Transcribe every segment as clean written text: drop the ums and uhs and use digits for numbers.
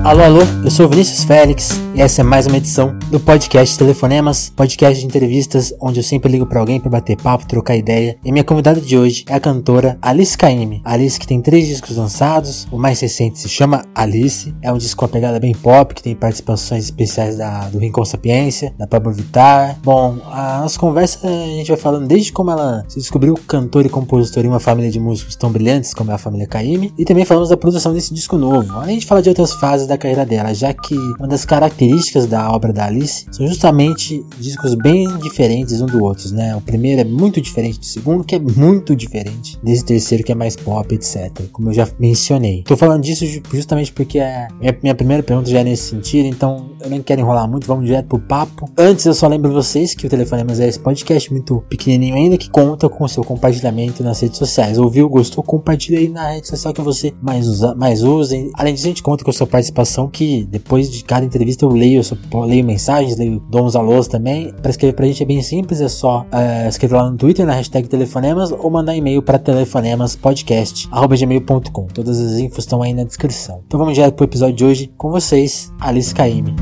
Alô, alô, eu sou o Vinícius Félix e essa é mais uma edição do podcast Telefonemas, podcast de entrevistas onde eu sempre ligo pra alguém pra bater papo, trocar ideia. E minha convidada de hoje é a cantora Alice Caymmi. Alice que tem 3 discos lançados, o mais recente se chama Alice, é um disco com a pegada bem pop, que tem participações especiais do Rincon Sapiência, da Pablo Vittar. Bom, a nossa conversa a gente vai falando desde como ela se descobriu cantora e compositora em uma família de músicos tão brilhantes como é a família Caymmi, e também falamos da produção desse disco novo, além de falar de outras fases da carreira dela, já que uma das características da obra da Alice são justamente discos bem diferentes um do outro, né? O primeiro é muito diferente do segundo, que é muito diferente desse terceiro, que é mais pop, etc. Como eu já mencionei. Tô falando disso justamente porque minha primeira pergunta já é nesse sentido, então eu nem quero enrolar muito, vamos direto pro papo. Antes eu só lembro vocês que o Telefonemas é esse podcast muito pequenininho ainda, que conta com o seu compartilhamento nas redes sociais. Ouviu, gostou? Compartilha aí na rede social que você mais usa. Além disso, a gente conta com a sua participação, que depois de cada entrevista eu leio mensagens, dou uns alôs também. Para escrever pra gente é bem simples, é só escrever lá no Twitter, na hashtag Telefonemas, ou mandar e-mail para telefonemaspodcast@gmail.com. Todas as infos estão aí na descrição. Então vamos direto pro episódio de hoje com vocês, Alice Caymmi.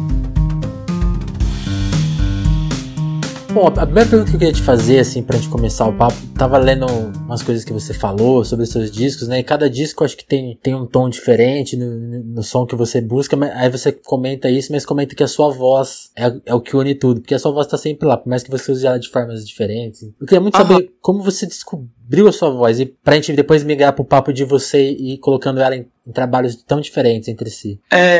Bom, a primeira pergunta que eu queria te fazer, assim, pra gente começar o papo, tava lendo umas coisas que você falou sobre os seus discos, né, e cada disco eu acho que tem um tom diferente no som que você busca, mas aí você comenta isso, mas comenta que a sua voz é o que une tudo, porque a sua voz tá sempre lá, por mais que você use ela de formas diferentes. Eu queria muito saber como você descobriu a sua voz, e pra gente depois migrar pro papo de você e colocando ela em trabalhos tão diferentes entre si.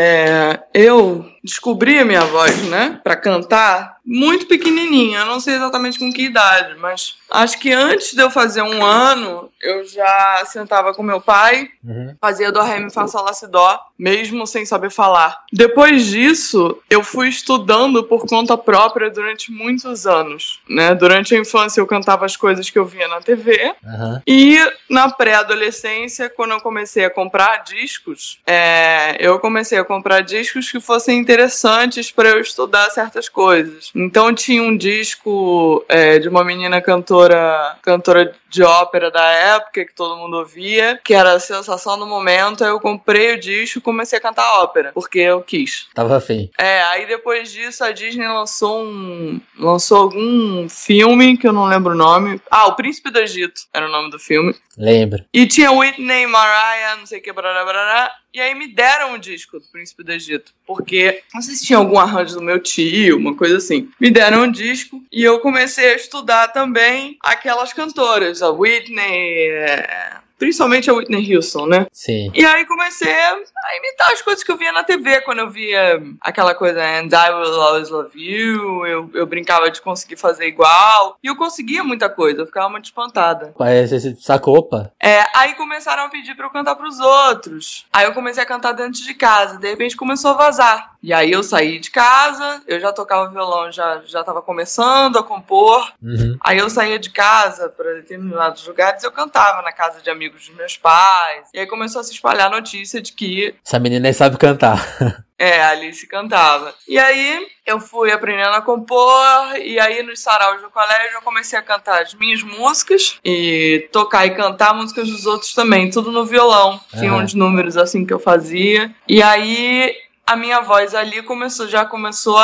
Eu descobri a minha voz, né, pra cantar muito pequenininha, eu não sei exatamente com que idade, mas acho que antes de eu fazer 1 ano, eu já sentava com meu pai, fazia dó, ré, mi, fá, sol, lá, si, dó, mesmo sem saber falar. Depois disso, eu fui estudando por conta própria durante muitos anos, né, durante a infância eu cantava as coisas que eu via na TV, e na pré-adolescência, quando eu comecei a comprar discos, eu comecei a comprar discos que fossem interessantes para eu estudar certas coisas. Então tinha um disco de uma menina cantora de ópera da época, que todo mundo ouvia, que era a sensação do momento. Aí eu comprei o disco e comecei a cantar ópera, porque eu quis. Tava afim. Aí depois disso a Disney lançou algum filme, que eu não lembro o nome. O Príncipe do Egito era o nome do filme. Lembro. E tinha Whitney, Mariah, não sei o que, barará. E aí me deram o disco do Príncipe do Egito, porque não sei se tinha algum arranjo do meu tio, uma coisa assim. Me deram um disco e eu comecei a estudar também aquelas cantoras, a Whitney, principalmente a Whitney Houston, né? Sim. E aí comecei a imitar as coisas que eu via na TV, quando eu via aquela coisa And I Will Always Love You, eu brincava de conseguir fazer igual, e eu conseguia muita coisa, eu ficava muito espantada. Você sacou, opa? Aí começaram a pedir pra eu cantar pros outros. Aí eu comecei a cantar dentro de casa, de repente começou a vazar. E aí eu saí de casa, eu já tocava violão, já tava começando a compor. Aí eu saía de casa pra determinados lugares, eu cantava na casa de amigos dos meus pais. E aí começou a se espalhar a notícia de que essa menina aí sabe cantar. A Alice cantava. E aí eu fui aprendendo a compor, e aí nos saraus do colégio eu comecei a cantar as minhas músicas e tocar e cantar músicas dos outros também, tudo no violão. Tinha uns números assim que eu fazia. E aí a minha voz ali já começou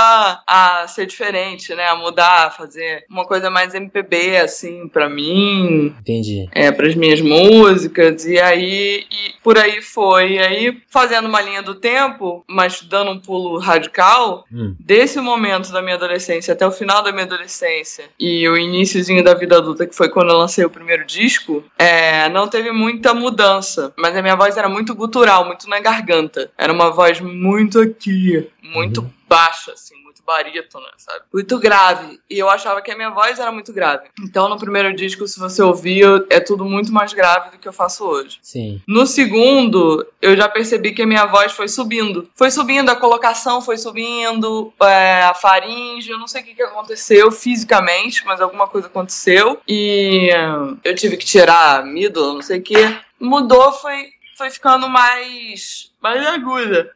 a ser diferente, né? A mudar, a fazer uma coisa mais MPB, assim, pra mim. Entendi. Pras minhas músicas. E por aí foi. E aí, fazendo uma linha do tempo, mas dando um pulo radical, desse momento da minha adolescência até o final da minha adolescência e o iniciozinho da vida adulta, que foi quando eu lancei o primeiro disco, não teve muita mudança. Mas a minha voz era muito gutural, muito na garganta. Era uma voz muito aqui, muito baixa, assim, muito barítona, sabe? Muito grave. E eu achava que a minha voz era muito grave. Então, no primeiro disco, se você ouvir, é tudo muito mais grave do que eu faço hoje. Sim. No segundo, eu já percebi que a minha voz foi subindo. Foi subindo, a colocação foi subindo, a faringe, eu não sei o que aconteceu fisicamente, mas alguma coisa aconteceu. E eu tive que tirar a amígdala, não sei o que. Mudou, foi ficando mais aguda.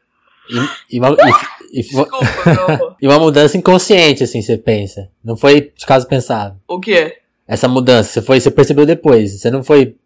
Desculpa, meu amor. E uma mudança inconsciente, assim, você pensa. Não foi de caso pensado. O quê? Essa mudança, você percebeu depois. Você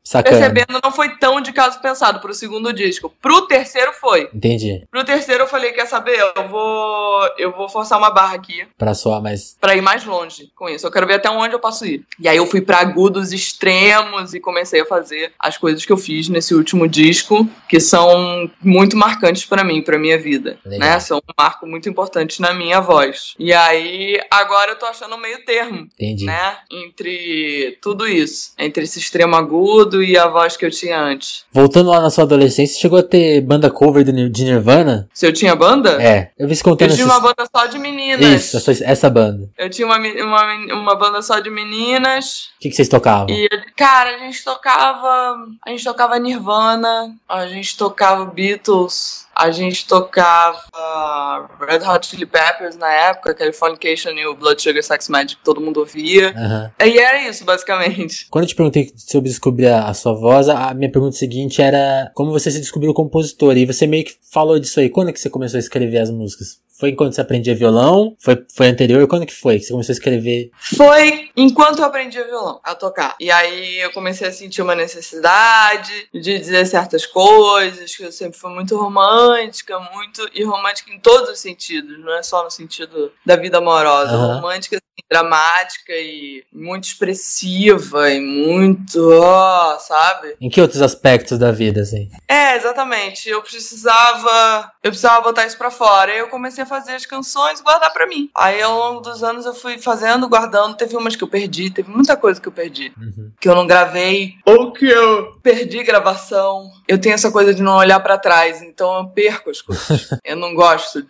percebendo, não foi tão de caso pensado pro segundo disco. Pro terceiro foi. Entendi. Pro terceiro eu falei, quer saber? Eu vou forçar uma barra aqui. Pra soar mais... Pra ir mais longe com isso. Eu quero ver até onde eu posso ir. E aí eu fui pra agudos extremos e comecei a fazer as coisas que eu fiz nesse último disco, que são muito marcantes pra mim, pra minha vida. Né? São um marco muito importante na minha voz. E aí, agora eu tô achando um meio termo. Entendi. Né? Entre tudo isso. Entre esse extremo agudo e a voz que eu tinha antes. Voltando lá na sua adolescência, você chegou a ter banda cover de Nirvana? Se eu tinha banda? É. Eu vi você contando... Eu tinha uma banda só de meninas. Isso, essa banda. Eu tinha uma banda só de meninas. O que vocês tocavam? E, cara, a gente tocava Nirvana, a gente tocava Beatles, a gente tocava Red Hot Chili Peppers na época, Californication e o Blood Sugar Sex Magic que todo mundo ouvia. E era isso, basicamente. Quando eu te perguntei sobre descobrir a sua voz, a minha pergunta seguinte era como você se descobriu compositor. E você meio que falou disso aí. Quando é que você começou a escrever as músicas? Foi enquanto você aprendia violão? Foi anterior? Quando que foi que você começou a escrever? Foi enquanto eu aprendia violão, a tocar. E aí eu comecei a sentir uma necessidade de dizer certas coisas, que eu sempre fui muito romântica, e romântica em todos os sentidos, não é só no sentido da vida amorosa. Romântica, assim, dramática e muito expressiva e muito, sabe? Em que outros aspectos da vida, assim? Exatamente. Eu precisava botar isso pra fora. Aí eu comecei a fazer as canções e guardar pra mim. Aí ao longo dos anos eu fui fazendo, guardando. Teve umas que eu perdi, teve muita coisa que eu perdi. Que eu não gravei, ou que eu perdi gravação. Eu tenho essa coisa de não olhar pra trás, então eu perco as coisas. Eu não gosto,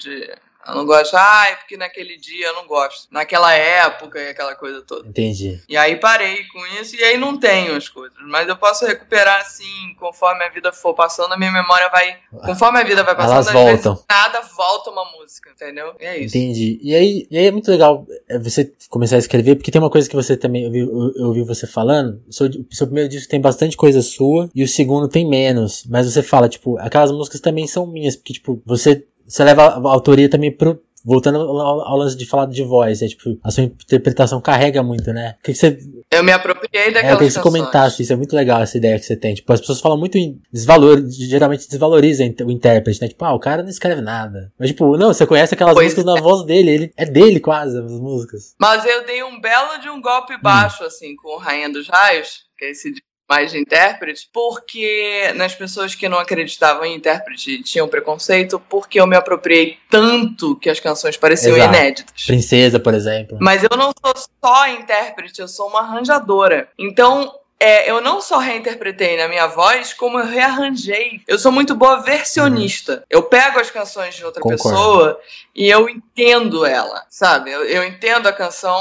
porque naquele dia eu não gosto. Naquela época e aquela coisa toda. Entendi. E aí parei com isso e aí não tenho as coisas. Mas eu posso recuperar assim, conforme a vida for passando, a minha memória vai... Conforme a vida vai passando, elas voltam. Vezes, nada volta uma música, entendeu? E é isso. Entendi. E aí é muito legal você começar a escrever, porque tem uma coisa que você também... Eu ouvi você falando. O seu primeiro disco tem bastante coisa sua e o segundo tem menos. Mas você fala, tipo, aquelas músicas também são minhas, porque, tipo, você leva a autoria também pro... Voltando ao lance de falar de voz, tipo, a sua interpretação carrega muito, né? O que você... Eu me apropriei daquelas canções. Eu queria que você comentasse isso, é muito legal essa ideia que você tem. Tipo, as pessoas falam muito geralmente desvalorizam o intérprete, né? Tipo, o cara não escreve nada. Mas, tipo, não, você conhece aquelas músicas na voz dele, é dele quase, as músicas. Mas eu dei um belo de um golpe baixo, assim, com o Rainha dos Raios, que é esse mais de intérprete, porque nas pessoas que não acreditavam em intérprete tinham preconceito, porque eu me apropriei tanto que as canções pareciam inéditas. Princesa, por exemplo. Mas eu não sou só intérprete, eu sou uma arranjadora. Então, eu não só reinterpretei na minha voz, como eu rearranjei. Eu sou muito boa versionista. Eu pego as canções de outra pessoa e eu entendo ela, sabe? Eu entendo a canção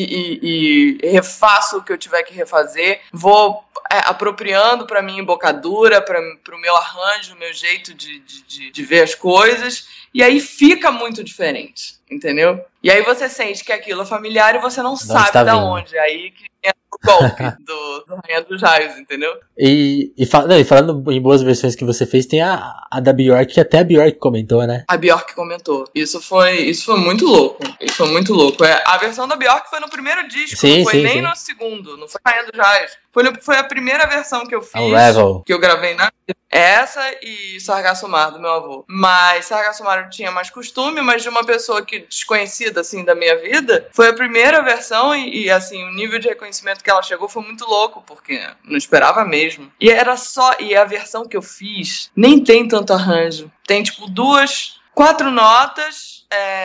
e refaço o que eu tiver que refazer. Vou apropriando pra minha embocadura, pro meu arranjo, o meu jeito de ver as coisas. E aí fica muito diferente, entendeu? E aí você sente que aquilo é familiar e você não sabe da onde. Aí que entra o golpe do Rainha dos Raios, entendeu? E falando em boas versões que você fez, tem a da Bjork, que até a Bjork comentou, né? A Bjork comentou. Isso foi muito louco. Isso foi muito louco. A versão da Bjork foi no primeiro disco, não foi nem no segundo. Não foi Rainha dos Raios. Foi a primeira versão que eu fiz. Unravel. Que eu gravei na... Essa e Sargasso Mar, do meu avô. Mas Sargasso Mar eu tinha mais costume, mas de uma pessoa que desconhecida, assim, da minha vida, foi a primeira versão e assim, o nível de reconhecimento que ela chegou foi muito louco, porque não esperava mesmo. E a versão que eu fiz nem tem tanto arranjo. Tem, tipo, 4 notas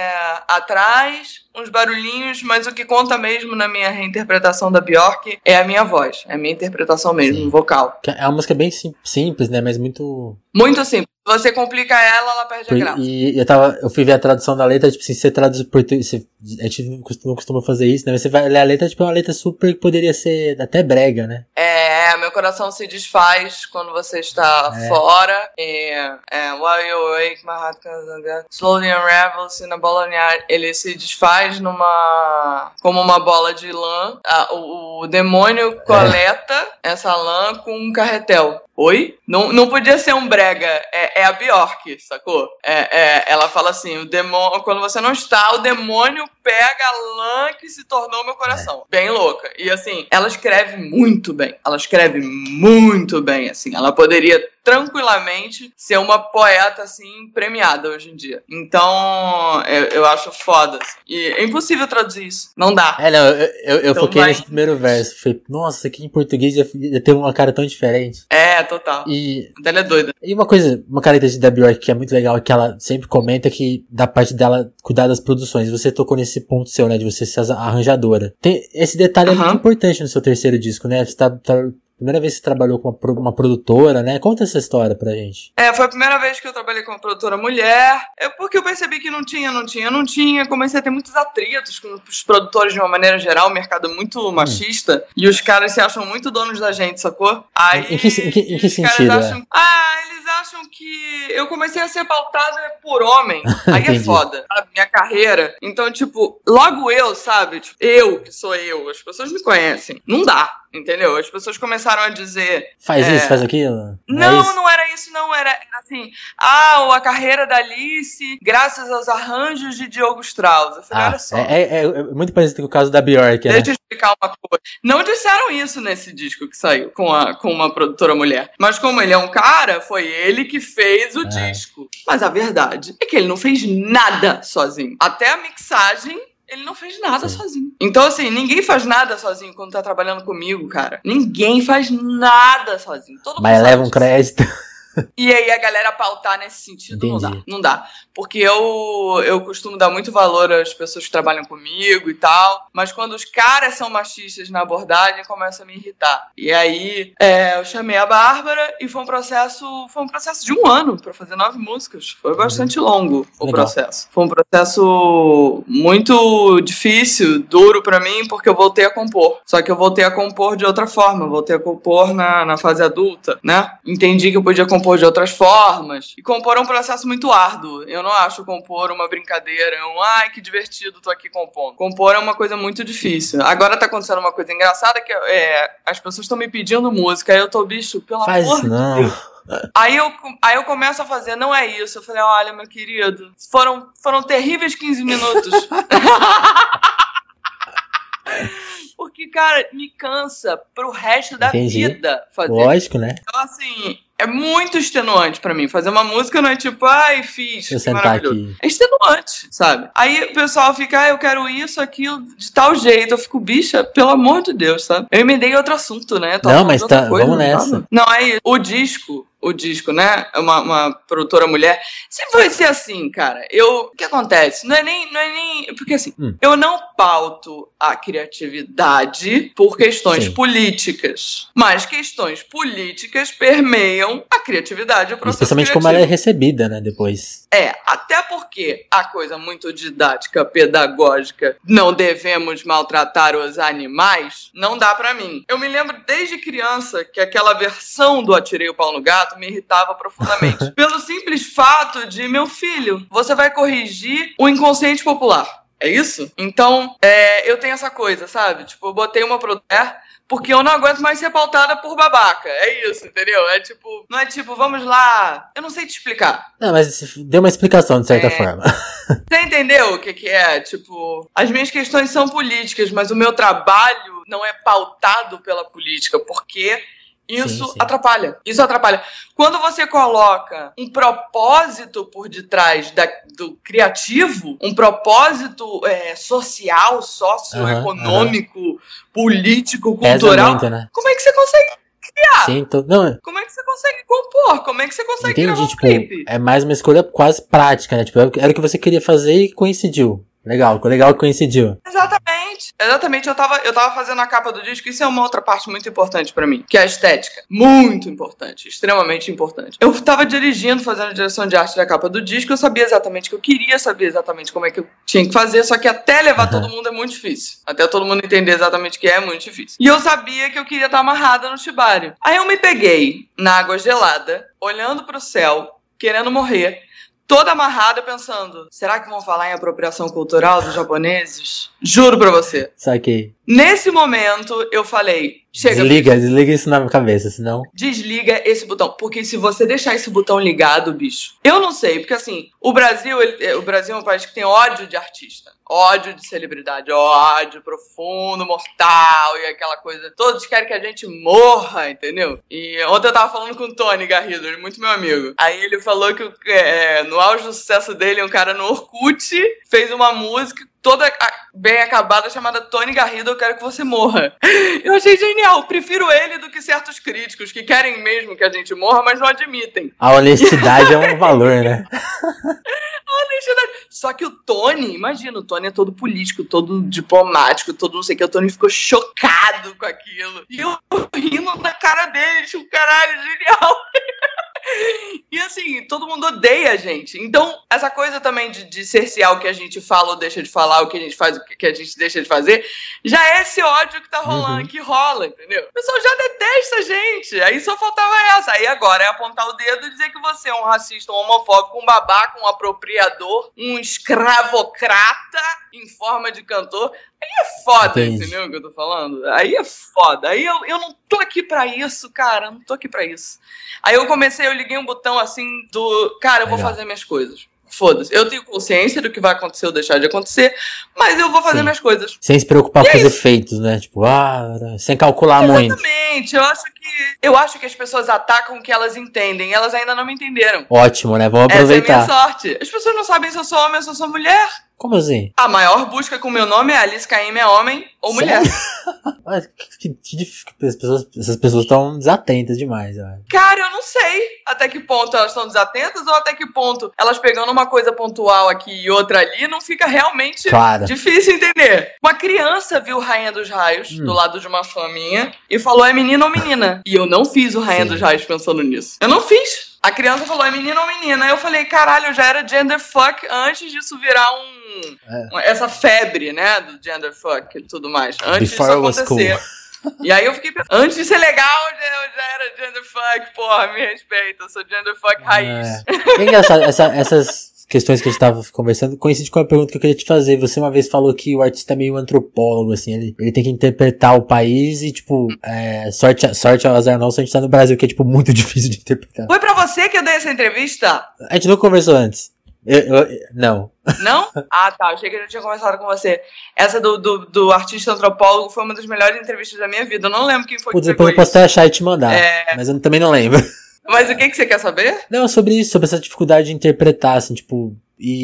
atrás, uns barulhinhos, mas o que conta mesmo na minha reinterpretação da Bjork é a minha voz, é a minha interpretação mesmo, vocal. É uma música bem simples, né, mas muito... Muito simples. Se você complica ela perde a graça. E eu fui ver a tradução da letra, tipo assim, você traduz português, a gente não costuma fazer isso, né, mas você vai ler a letra, tipo, é uma letra super que poderia ser até brega, né? Meu coração se desfaz quando você está fora. While you awake, my heart slowly unravels in a ball of yarn. Ele se desfaz como uma bola de lã. O demônio coleta essa lã com um carretel. Oi? Não podia ser um brega. É a Bjork, sacou? Ela fala assim, quando você não está, o demônio pega a lã que se tornou meu coração. Bem louca. E assim, ela escreve muito bem. Ela escreve muito bem, assim. Ela poderia tranquilamente ser uma poeta, assim, premiada hoje em dia. Então, eu acho foda. Assim. E é impossível traduzir isso. Não dá. Não, eu então foquei nesse primeiro verso. Falei, nossa, aqui em português ia ter uma cara tão diferente. Total. E ela é doida. E uma característica da Bjork que é muito legal, é que ela sempre comenta que da parte dela cuidar das produções. Você tocou nesse ponto seu, né, de você ser arranjadora. Tem esse detalhe é muito importante no seu terceiro disco, né? Você tá primeira vez que você trabalhou com uma produtora, né? Conta essa história pra gente. Foi a primeira vez que eu trabalhei com uma produtora mulher. Porque eu percebi que não tinha. Comecei a ter muitos atritos com os produtores de uma maneira geral. O mercado é muito machista. E os caras se acham muito donos da gente, sacou? Aí, em que sentido? Eles acham que eu comecei a ser pautada por homem. Aí é foda, sabe? Minha carreira. Então, tipo, logo eu, sabe? Tipo, eu, que sou eu. As pessoas me conhecem. Não dá. Entendeu? As pessoas começaram a dizer... Faz isso, faz aquilo? Não era isso, não. Era assim... a carreira da Alice, graças aos arranjos de Diogo Strauss. Eu falei, olha só. É muito parecido com o caso da Bjork, né? Deixa eu explicar uma coisa. Não disseram isso nesse disco que saiu com uma produtora mulher. Mas como ele é um cara, foi ele que fez o disco. Mas a verdade é que ele não fez nada sozinho. Até a mixagem... Ele não fez nada sozinho. Então, assim, ninguém faz nada sozinho quando tá trabalhando comigo, cara. Ninguém faz nada sozinho. Todo mundo Mas leva um crédito. E aí a galera pautar nesse sentido, não dá. Porque eu costumo dar muito valor às pessoas que trabalham comigo e tal, mas quando os caras são machistas na abordagem, começa a me irritar. E aí eu chamei a Bárbara e foi um processo de 1 ano pra fazer 9 músicas. Foi bastante longo o processo. Foi um processo muito difícil, duro pra mim, porque eu voltei a compor. Só que eu voltei a compor de outra forma, voltei a compor na fase adulta, né? Entendi que eu podia compor de outras formas. E compor é um processo muito árduo. Eu não acho compor uma brincadeira. Ai, que divertido, tô aqui compondo. Compor é uma coisa muito difícil. Agora tá acontecendo uma coisa engraçada que as pessoas estão me pedindo música. Aí eu tô, bicho, pelo amor de Deus. Aí eu começo a fazer, não é isso. Eu falei, olha, meu querido, foram terríveis 15 minutos. Porque, cara, me cansa pro resto da vida fazer. Lógico, né? Então, assim, é muito extenuante pra mim. Fazer uma música não é tipo, fiz, que maravilhoso. Aqui. É extenuante, sabe? Aí o pessoal fica, eu quero isso, aquilo, de tal jeito. Eu fico, bicha, pelo amor de Deus, sabe? Eu emendei outro assunto, né? Não, mas tá, vamos nessa. Sabe? Não, é isso. O disco, né? É uma produtora mulher. Sempre vai ser assim, cara. O que acontece? Não é nem... Porque assim, eu não pauto a criatividade por questões políticas. Mas questões políticas permeiam a criatividade e o processo especialmente criativo. Como ela é recebida, né, depois. Até porque a coisa muito didática, pedagógica, não devemos maltratar os animais, não dá pra mim. Eu me lembro desde criança que aquela versão do Atirei o Pau no Gato me irritava profundamente. Pelo simples fato de, meu filho, você vai corrigir o inconsciente popular. É isso? Então, eu tenho essa coisa, sabe? Tipo, eu botei uma produtora porque eu não aguento mais ser pautada por babaca. É isso, entendeu? Não é tipo, vamos lá. Eu não sei te explicar. Não, mas deu uma explicação, de certa forma. Você entendeu o que é? Tipo, as minhas questões são políticas, mas o meu trabalho não é pautado pela política, porque... Isso atrapalha. Isso atrapalha. Quando você coloca um propósito por detrás do criativo, um propósito social, socioeconômico, político, cultural, muito, né? Como é que você consegue criar? Como é que você consegue compor? Como é que você consegue criar um clipe? É mais uma escolha quase prática, né? Tipo, era o que você queria fazer e coincidiu. Legal que coincidiu. Exatamente, eu tava fazendo a capa do disco, isso é uma outra parte muito importante pra mim, que é a estética. Muito importante, extremamente importante. Eu tava dirigindo, fazendo a direção de arte da capa do disco, eu sabia exatamente o que eu queria, sabia exatamente como é que eu tinha que fazer, só que até levar todo mundo é muito difícil. Até todo mundo entender exatamente o que é muito difícil. E eu sabia que eu queria estar amarrada no Shibari. Aí eu me peguei na água gelada, olhando pro céu, querendo morrer, toda amarrada, pensando, será que vão falar em apropriação cultural dos japoneses? Juro pra você. Saquei. Nesse momento, eu falei, chega. Desliga isso na cabeça, senão... Desliga esse botão, porque se você deixar esse botão ligado, bicho... Eu não sei, porque assim, o Brasil é um país que tem ódio de artista. Ódio de celebridade, ódio profundo, mortal e aquela coisa. Todos querem que a gente morra, entendeu? E ontem eu tava falando com o Tony Garrido, ele é muito meu amigo. Aí ele falou que no auge do sucesso dele, um cara no Orkut fez uma música toda bem acabada, chamada Tony Garrido, eu quero que você morra. Eu achei genial, prefiro ele do que certos críticos que querem mesmo que a gente morra, mas não admitem. A honestidade é um valor, né? Honestidade. Só que o Tony, imagina, o Tony é todo político, todo diplomático, todo não sei o que, o Tony ficou chocado com aquilo. E eu rindo na cara dele, tipo, caralho, genial. E assim, todo mundo odeia a gente. Então, essa coisa também de cercear o que a gente fala ou deixa de falar, o que a gente faz, o que a gente deixa de fazer, já é esse ódio que tá rolando, que rola, entendeu? O pessoal já detesta a gente. Aí só faltava essa. Aí agora é apontar o dedo e dizer que você é um racista, um homofóbico, um babaca, um apropriador, um escravocrata em forma de cantor. Aí é foda, entendeu o que eu tô falando? Aí é foda. Aí eu não tô aqui pra isso, cara. Eu não tô aqui pra isso. Aí eu liguei um botão assim do... Cara, eu vou fazer minhas coisas. Foda-se. Eu tenho consciência do que vai acontecer ou deixar de acontecer, mas eu vou fazer minhas coisas. Sem se preocupar com os efeitos, né? Tipo, sem calcular muito. Exatamente. Eu acho que as pessoas atacam o que elas entendem. Elas ainda não me entenderam. Ótimo, né? Vamos aproveitar. Essa é a minha sorte. As pessoas não sabem se eu sou homem ou se eu sou mulher. Como assim? A maior busca com meu nome é Alice Caymmi, é homem ou mulher. Mas essas pessoas estão desatentas demais, velho. Cara, eu não sei até que ponto elas estão desatentas ou até que ponto elas pegando uma coisa pontual aqui e outra ali não fica realmente difícil entender. Uma criança viu Rainha dos Raios do lado de uma fã minha e falou é menino ou menina. E eu não fiz o Rainha dos Raios pensando nisso. Eu não fiz. A criança falou, é menino ou menina? Aí eu falei, caralho, eu já era genderfuck antes disso virar essa febre, né, do genderfuck e tudo mais. Antes disso acontecer. E aí eu fiquei pensando, antes de ser legal, eu já era genderfuck, porra, me respeita, eu sou genderfuck raiz. É engraçado, essas questões que a gente tava conversando coincide com a pergunta que eu queria te fazer. Você uma vez falou que o artista é meio antropólogo, assim, ele tem que interpretar o país e, tipo, sorte ao azar nosso, a gente tá no Brasil, que é, tipo, muito difícil de interpretar. Foi pra você que eu dei essa entrevista? A gente não conversou antes. Não. Não? Ah, tá. Eu achei que eu já tinha conversado com você. Essa do artista antropólogo foi uma das melhores entrevistas da minha vida. Eu não lembro quem foi que depois eu posso até achar e te mandar. Mas eu também não lembro. Mas o que você quer saber? Não, sobre isso, sobre essa dificuldade de interpretar, assim, tipo...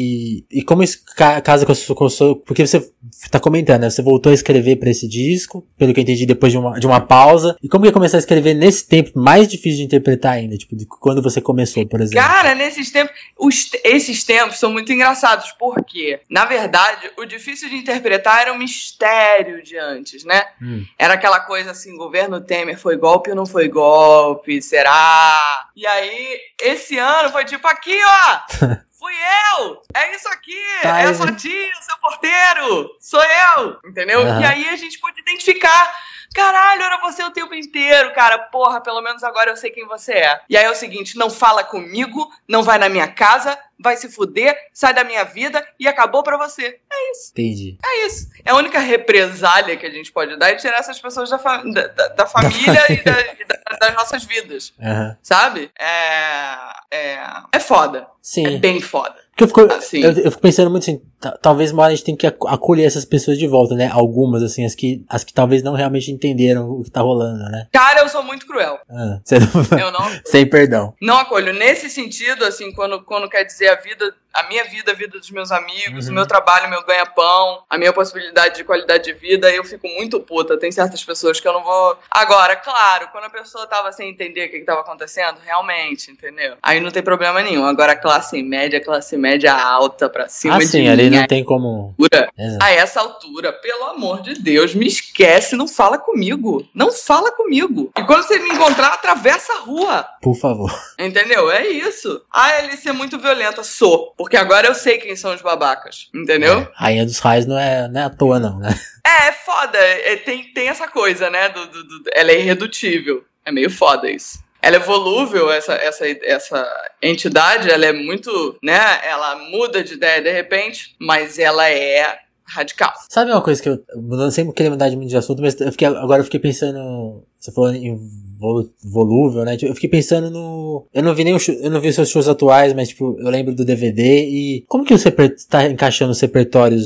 E como isso casa com a sua... Porque você tá comentando, né? Você voltou a escrever pra esse disco, pelo que eu entendi, depois de uma pausa. E como que ia começar a escrever nesse tempo mais difícil de interpretar ainda? Tipo, de quando você começou, por exemplo? Cara, nesses tempos... Esses tempos são muito engraçados, porque, na verdade, o difícil de interpretar era um mistério de antes, né? Era aquela coisa assim, governo Temer foi golpe ou não foi golpe? Será? E aí, esse ano foi tipo aqui, ó... Fui eu! É isso aqui! Tá, é a sua tia, o seu porteiro! Sou eu! Entendeu? E aí a gente pôde identificar. Caralho, era você o tempo inteiro, cara. Porra, pelo menos agora eu sei quem você é. E aí é o seguinte, não fala comigo, não vai na minha casa, vai se fuder, sai da minha vida e acabou pra você. É isso. Entendi. É isso. É a única represália que a gente pode dar é tirar essas pessoas da família e das nossas vidas. Sabe? É foda. Sim. É bem foda. Porque eu fico pensando muito assim, talvez uma hora a gente tem que acolher essas pessoas de volta, né? Algumas, assim, as que talvez não realmente entenderam o que tá rolando, né? Cara, eu sou muito cruel. Eu não... Sem perdão. Não acolho. Nesse sentido, assim, quando quer dizer a minha vida, a vida dos meus amigos, o meu trabalho, meu ganha-pão, a minha possibilidade de qualidade de vida, eu fico muito puta. Tem certas pessoas que eu não vou... Agora, claro, quando a pessoa tava sem entender o que tava acontecendo, realmente, entendeu? Aí não tem problema nenhum. Agora, classe média alta pra cima de sim, ali não tem como... A essa altura, pelo amor de Deus, me esquece, não fala comigo. Não fala comigo. E quando você me encontrar, atravessa a rua. Por favor. Entendeu? É isso. Alice é muito violenta. Sou. Porque agora eu sei quem são os babacas. Entendeu? Rainha dos Raios não é à toa, não, né? É foda. Tem essa coisa, né? Ela é irredutível. É meio foda isso. Ela é volúvel, essa entidade, ela é muito, né, ela muda de ideia de repente, mas ela é radical. Sabe uma coisa que eu não sempre queria mudar muito de assunto, mas agora eu fiquei pensando, você falou em volúvel, né, eu fiquei pensando eu não vi os seus shows atuais, mas tipo, eu lembro do DVD e como que você tá encaixando os repertórios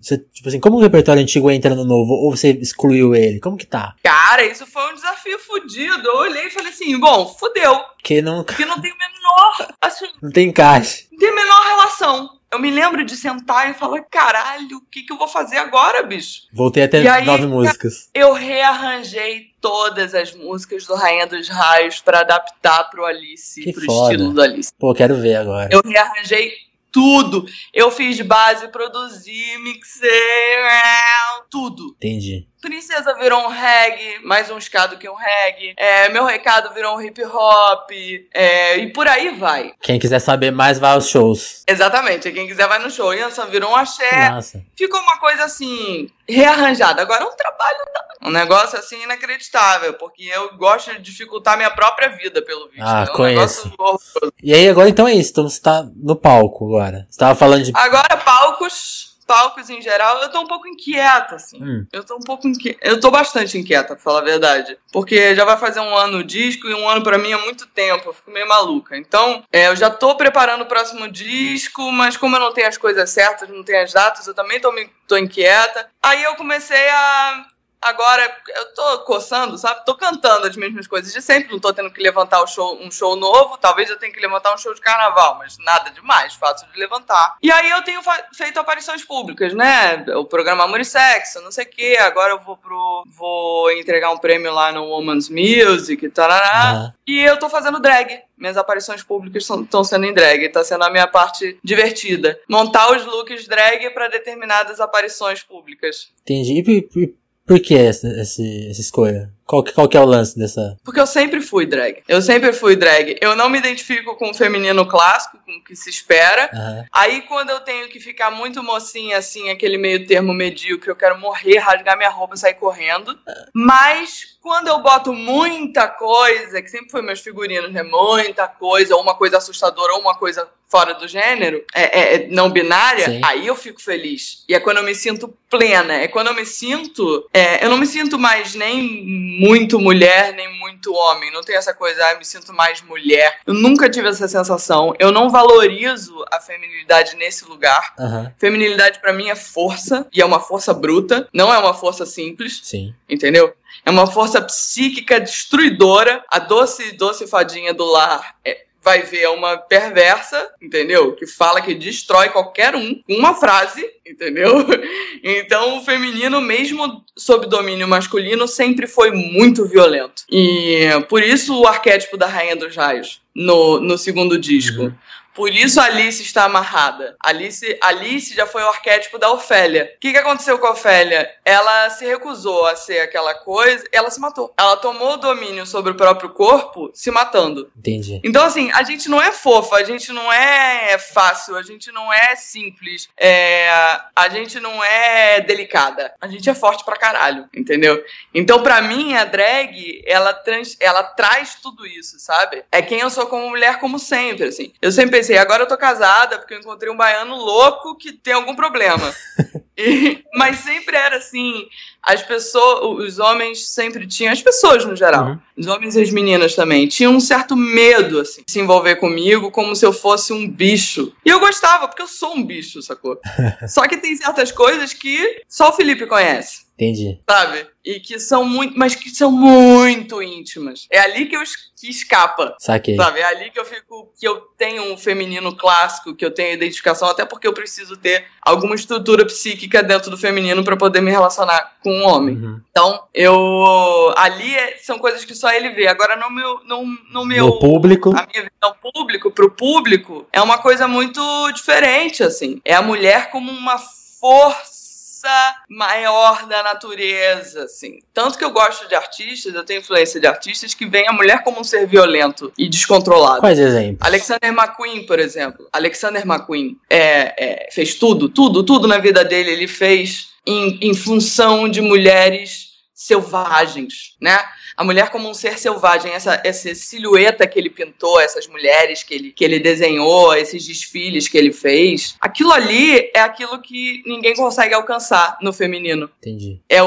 Você, tipo assim, como o repertório antigo entra no novo? Ou você excluiu ele? Como que tá? Cara, isso foi um desafio fodido. Eu olhei e falei assim, bom, fudeu. Porque não tem o menor, assim, não tem encaixe. não tem a menor relação. Eu me lembro de sentar e falar, caralho, o que eu vou fazer agora, bicho? Voltei até 9 músicas. Eu rearranjei todas as músicas do Rainha dos Raios pra adaptar pro Alice, Que pro foda. estilo do Alice. Pô, quero ver agora. Eu rearranjei tudo. Eu fiz base, produzi, mixei, tudo. Entendi. Princesa virou um reggae, mais um ska do que um reggae. Meu recado virou um hip hop. E por aí vai. Quem quiser saber mais, vai aos shows. Exatamente. Quem quiser vai no show. Yansan virou um axé. Nossa. Ficou uma coisa assim, rearranjada. Agora é um trabalho, um negócio assim inacreditável. Porque eu gosto de dificultar minha própria vida, pelo visto. Ah, conheço. Negócio... E aí, agora então é isso. Então você tá no palco agora. Você tava falando de... Agora, palcos em geral, eu tô um pouco inquieta, assim. Eu tô bastante inquieta, pra falar a verdade. Porque já vai fazer um ano o disco, e um ano pra mim é muito tempo, eu fico meio maluca. Então, eu já tô preparando o próximo disco, mas como eu não tenho as coisas certas, não tenho as datas, eu também tô inquieta. Aí eu comecei a... Agora, eu tô coçando, sabe? Tô cantando as mesmas coisas de sempre, não tô tendo que levantar um show novo, talvez eu tenha que levantar um show de carnaval, mas nada demais, fácil de levantar. E aí eu tenho feito aparições públicas, né? O programa Amor e Sexo, não sei o quê, agora eu vou entregar um prêmio lá no Woman's Music, tarará, e eu tô fazendo drag. Minhas aparições públicas estão sendo em drag, tá sendo a minha parte divertida. Montar os looks drag pra determinadas aparições públicas. Entendi. E por que essa escolha? Qual que é o lance dessa... Porque eu sempre fui drag. Eu não me identifico com o feminino clássico, com o que se espera. Aí, quando eu tenho que ficar muito mocinha, assim, aquele meio termo medíocre, eu quero morrer, rasgar minha roupa e sair correndo. Mas, quando eu boto muita coisa, que sempre foi meus figurinos, né? Muita coisa, ou uma coisa assustadora, ou uma coisa fora do gênero, não binária, sim, aí eu fico feliz. E é quando eu me sinto plena. É quando eu me sinto... eu não me sinto mais nem muito mulher, nem muito homem. Não tem essa coisa, eu me sinto mais mulher. Eu nunca tive essa sensação. Eu não valorizo a feminilidade nesse lugar. Feminilidade pra mim é força, e é uma força bruta. Não é uma força simples. Sim. Entendeu? É uma força psíquica destruidora. A doce fadinha do lar vai ver uma perversa, entendeu? Que fala que destrói qualquer um com uma frase, entendeu? Então, o feminino, mesmo sob domínio masculino, sempre foi muito violento. E por isso o arquétipo da Rainha dos Raios no segundo disco. Por isso a Alice está amarrada. Alice já foi o arquétipo da Ofélia. O que aconteceu com a Ofélia? Ela se recusou a ser aquela coisa, ela se matou. Ela tomou o domínio sobre o próprio corpo, se matando. Entendi. Então, assim, a gente não é fofa, a gente não é fácil, a gente não é simples, a gente não é delicada. A gente é forte pra caralho, entendeu? Então, pra mim, a drag, ela traz tudo isso, sabe? É quem eu sou como mulher, como sempre, assim. Eu sempre pensei, agora eu tô casada porque eu encontrei um baiano louco que tem algum problema. Mas sempre era assim, as pessoas, os homens sempre tinham, as pessoas no geral, os homens e as meninas também, tinham um certo medo, assim, de se envolver comigo como se eu fosse um bicho. E eu gostava, porque eu sou um bicho, sacou? Só que tem certas coisas que só o Felipe conhece. Entendi. Sabe? E que são muito, mas que são muito íntimas. É ali que escapa. Saquei. Sabe? É ali que eu tenho um feminino clássico, que eu tenho identificação, até porque eu preciso ter alguma estrutura psíquica dentro do feminino pra poder me relacionar com um homem. Então, ali são coisas que só ele vê. Agora, no público. A minha visão pro público, é uma coisa muito diferente, assim. É a mulher como uma força maior da natureza, assim. Tanto que eu gosto de artistas, eu tenho influência de artistas que veem a mulher como um ser violento e descontrolado. Quais exemplos? Alexander McQueen, por exemplo. Alexander McQueen fez tudo na vida dele, ele fez em função de mulheres selvagens, né? A mulher como um ser selvagem, essa silhueta que ele pintou, essas mulheres que ele desenhou, esses desfiles que ele fez, aquilo ali é aquilo que ninguém consegue alcançar no feminino. Entendi. É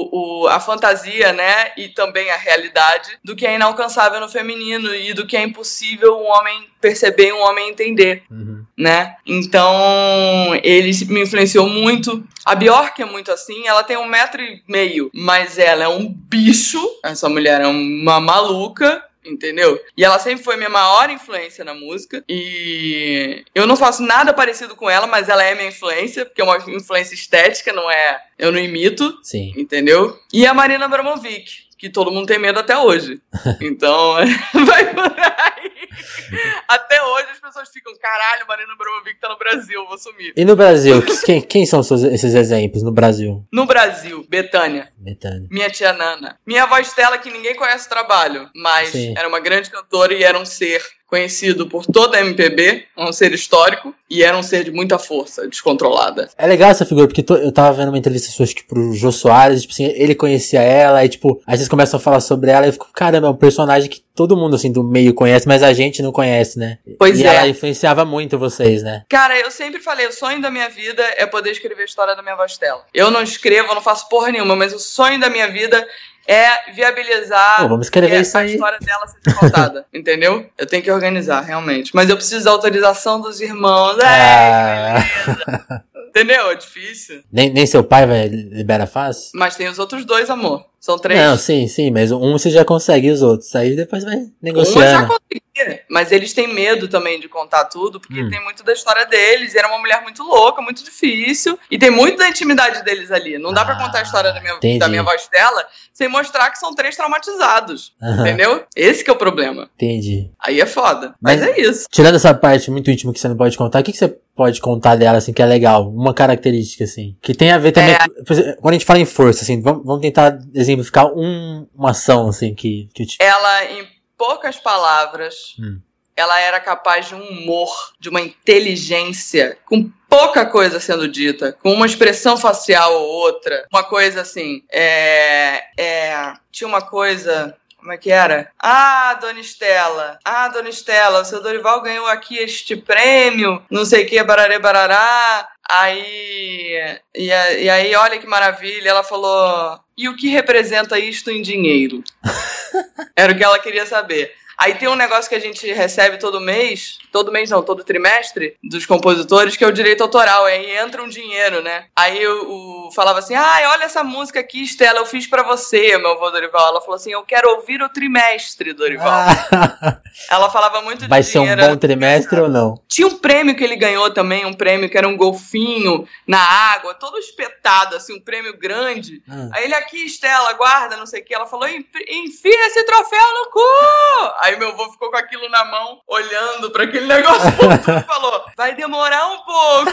a fantasia, né, e também a realidade do que é inalcançável no feminino e do que é impossível um homem perceber e um homem entender. né? Então, ele me influenciou muito. A Björk é muito assim, ela tem 1,5 m, mas ela é um bicho, essa mulher é uma maluca, entendeu? E ela sempre foi minha maior influência na música. E eu não faço nada parecido com ela, mas ela é minha influência, porque é uma influência estética, não é... Eu não imito, Sim. Entendeu? E a Marina Abramovic, que todo mundo tem medo até hoje. Então, vai por aí. Até hoje as pessoas ficam, caralho, Marina Abramovic tá no Brasil, eu vou sumir. E no Brasil, quem são esses exemplos no Brasil? No Brasil, Bethânia. Minha tia Nana. Minha avó Estela, que ninguém conhece o trabalho, mas Sim. Era uma grande cantora e era um ser conhecido por toda a MPB, um ser histórico, e era um ser de muita força, descontrolada. É legal essa figura, porque eu tava vendo uma entrevista sua, tipo, pro Jô Soares, tipo assim, ele conhecia ela, e tipo, aí vocês começam a falar sobre ela, e eu fico, caramba, é um personagem que todo mundo, assim, do meio conhece, mas a gente não conhece, né? Pois e ela influenciava muito vocês, né? Cara, eu sempre falei, o sonho da minha vida é poder escrever a história da minha avó Estela. Eu não escrevo, eu não faço porra nenhuma, mas o sonho da minha vida é viabilizar vamos escrever isso aí. A história dela seja contada, entendeu? Eu tenho que organizar, realmente. Mas eu preciso da autorização dos irmãos. Que beleza. Entendeu? É difícil. Nem seu pai vai liberar fácil? Mas tem os outros dois, amor. São 3. Não, sim, mas um você já consegue, e os outros aí depois vai negociando. Eu já consegui, mas eles têm medo também de contar tudo, porque tem muito da história deles, e era uma mulher muito louca, muito difícil, e tem muito da intimidade deles ali. Não dá pra contar a história da minha avó Estela sem mostrar que são 3 traumatizados, entendeu? Esse que é o problema. Entendi. Aí é foda, mas é isso. Tirando essa parte muito íntima que você não pode contar, o que você pode contar dela, assim, que é legal? Uma característica, assim, que tem a ver também quando a gente fala em força, assim, vamos tentar exemplificar uma ação, assim, que Ela, em poucas palavras, ela era capaz de um humor, de uma inteligência, com pouca coisa sendo dita, com uma expressão facial ou outra, uma coisa assim, tinha uma coisa... Como é que era? Dona Estela, o seu Dorival ganhou aqui este prêmio, não sei o que, bararê, barará. E aí, olha que maravilha, ela falou, e o que representa isto em dinheiro? Era o que ela queria saber. Aí tem um negócio que a gente recebe todo trimestre, dos compositores, que é o direito autoral. Aí entra um dinheiro, né? Aí eu falava assim, olha essa música aqui, Estela, eu fiz pra você, meu avô Dorival. Ela falou assim, eu quero ouvir o trimestre, Dorival. Ela falava muito de Vai dinheiro. Vai ser um bom trimestre ou não? Tinha um prêmio que ele ganhou também, um prêmio que era um golfinho na água, todo espetado, assim, um prêmio grande. Aí ele aqui, Estela, guarda, não sei o que. Ela falou, enfia esse troféu no cu! Aí meu avô ficou com aquilo na mão, olhando pra aquele negócio e falou, vai demorar um pouco.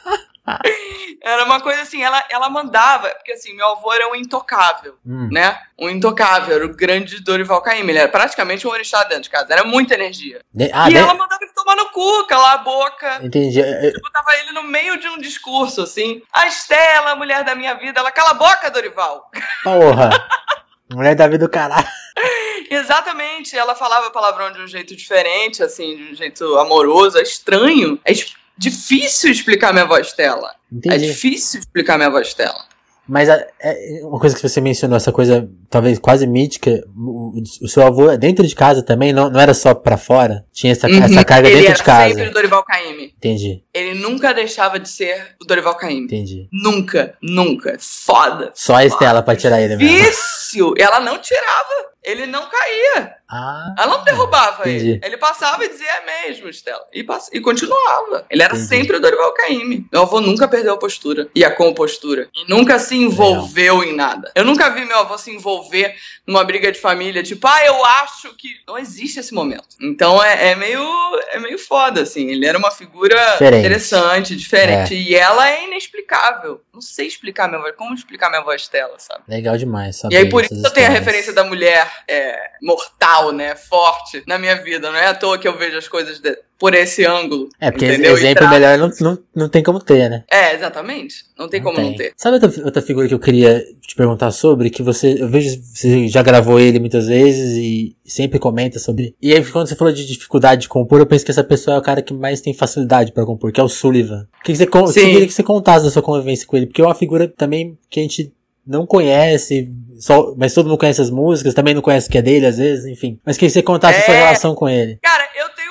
Era uma coisa assim, ela mandava, porque assim, meu avô era um intocável, né? Um intocável, era o grande Dorival Caymmi, ele era praticamente um orixá dentro de casa, era muita energia. Ela mandava ele tomar no cu, calar a boca. Entendi. Eu botava ele no meio de um discurso, assim, a Estela, a mulher da minha vida, ela cala a boca, Dorival. Porra, mulher da vida do caralho. Exatamente, ela falava palavrão de um jeito diferente, assim, de um jeito amoroso, é estranho. É difícil explicar minha voz dela. Entendi. É difícil explicar minha voz dela. Mas uma coisa que você mencionou, essa coisa talvez quase mítica, o seu avô dentro de casa também, não era só pra fora? Tinha essa carga dentro de casa? Ele era sempre o Dorival Caymmi. Entendi. Ele nunca deixava de ser o Dorival Caymmi. Entendi. Nunca. Foda. Só a Estela pra tirar ele mesmo. Vício! Ela não tirava. Ele não caía. Ela não derrubava ele. Ele passava e dizia, é mesmo, Estela. E continuava. Ele era sempre o Dorival Caymmi. Meu avô nunca perdeu a postura e a compostura. E nunca se envolveu em nada. Eu nunca vi meu avô se envolver numa briga de família, tipo, eu acho que... Não existe esse momento. Então é meio foda, assim. Ele era uma figura interessante, diferente. E ela é inexplicável. Não sei explicar minha voz. Como explicar minha voz dela, sabe? Legal demais, sabe? E aí por isso eu tenho a referência da mulher mortal, né? Forte na minha vida. Não é à toa que eu vejo as coisas por esse ângulo. Porque exemplo melhor não tem como ter, né? Exatamente. Não tem como não ter. Sabe outra figura que eu queria te perguntar sobre? Que eu vejo você já gravou ele muitas vezes e sempre comenta sobre. E aí quando você falou de dificuldade de compor, eu penso que essa pessoa é o cara que mais tem facilidade pra compor, que é o Sullivan. Queria que você contasse da sua convivência com ele, porque é uma figura também que a gente não conhece, mas todo mundo conhece as músicas, também não conhece o que é dele às vezes, enfim. Mas queria que você contasse a sua relação com ele. Cara, eu tenho uma admiração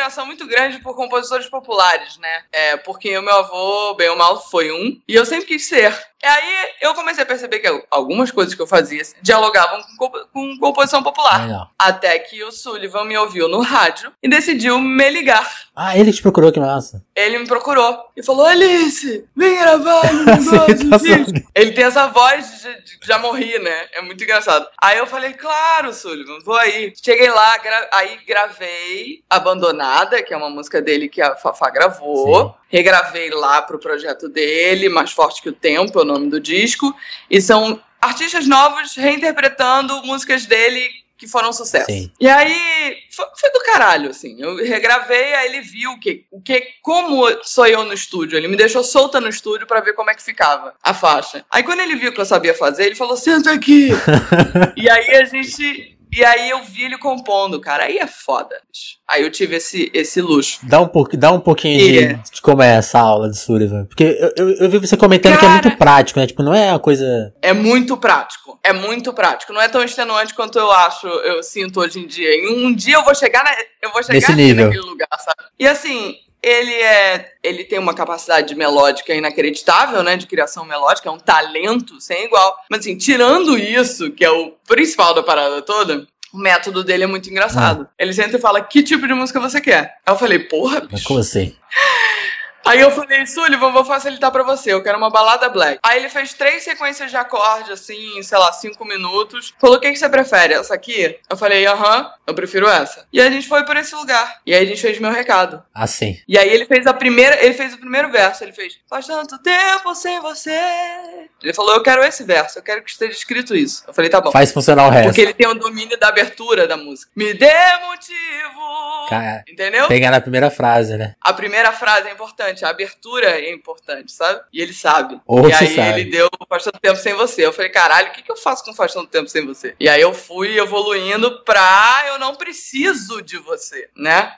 admiração muito grande por compositores populares, né? Porque o meu avô, bem ou mal, foi um, e eu sempre quis ser. E aí eu comecei a perceber que algumas coisas que eu fazia dialogavam com composição popular. Legal. Até que o Sullivan me ouviu no rádio e decidiu me ligar. Ah, ele te procurou, que massa. Ele me procurou e falou: Alice, vem gravar no negócio. Ele tem essa voz de já morri, né? É muito engraçado. Aí eu falei: claro, Sullivan, vou aí. Cheguei lá, aí gravei Abandonada, que é uma música dele que a Fafá gravou. Sim. Regravei lá pro projeto dele, Mais Forte que o Tempo é o nome do disco. E são artistas novos reinterpretando músicas dele que foram um sucesso. Sim. E aí, foi do caralho, assim. Eu regravei, aí ele viu como sou eu no estúdio. Ele me deixou solta no estúdio pra ver como é que ficava a faixa. Aí quando ele viu que eu sabia fazer, ele falou: senta aqui. E aí eu vi ele compondo, cara. Aí é foda. Aí eu tive esse luxo. Dá um pouquinho de como é essa aula de Sullivan. Porque eu vi você comentando, cara, que é muito prático, né? Tipo, não é uma coisa... É muito prático. É muito prático. Não é tão extenuante quanto eu sinto hoje em dia. E um dia eu vou chegar nesse nível, naquele lugar, sabe? E assim... Ele tem uma capacidade melódica inacreditável, né, de criação melódica, é um talento sem igual. Mas assim, tirando isso, que é o principal da parada toda, o método dele é muito engraçado. Ele sempre fala: que tipo de música você quer? Aí eu falei: porra, bicho. Mas como assim? Aí eu falei: Sullivan, vou facilitar pra você, eu quero uma balada black. Aí ele fez 3 sequências de acorde, assim, sei lá, 5 minutos. Falou: o que você prefere, essa aqui? Eu falei: aham, eu prefiro essa. E aí a gente foi por esse lugar. E aí a gente fez Meu Recado. Ah, sim. E aí ele fez o primeiro verso. Ele fez: faz tanto tempo sem você. Ele falou: eu quero esse verso, eu quero que esteja escrito isso. Eu falei: tá bom. Faz funcionar o resto. Porque ele tem o domínio da abertura da música. Me dê motivo. Cara, entendeu? Pegar na primeira frase, né? A primeira frase é importante, a abertura é importante, sabe? E ele sabe. Ou e aí sabe. ele deu Faz Tanto Tempo Sem Você. Eu falei: caralho, o que eu faço com Faz Tanto Tempo Sem Você? E aí eu fui evoluindo pra Eu Não Preciso de Você, né?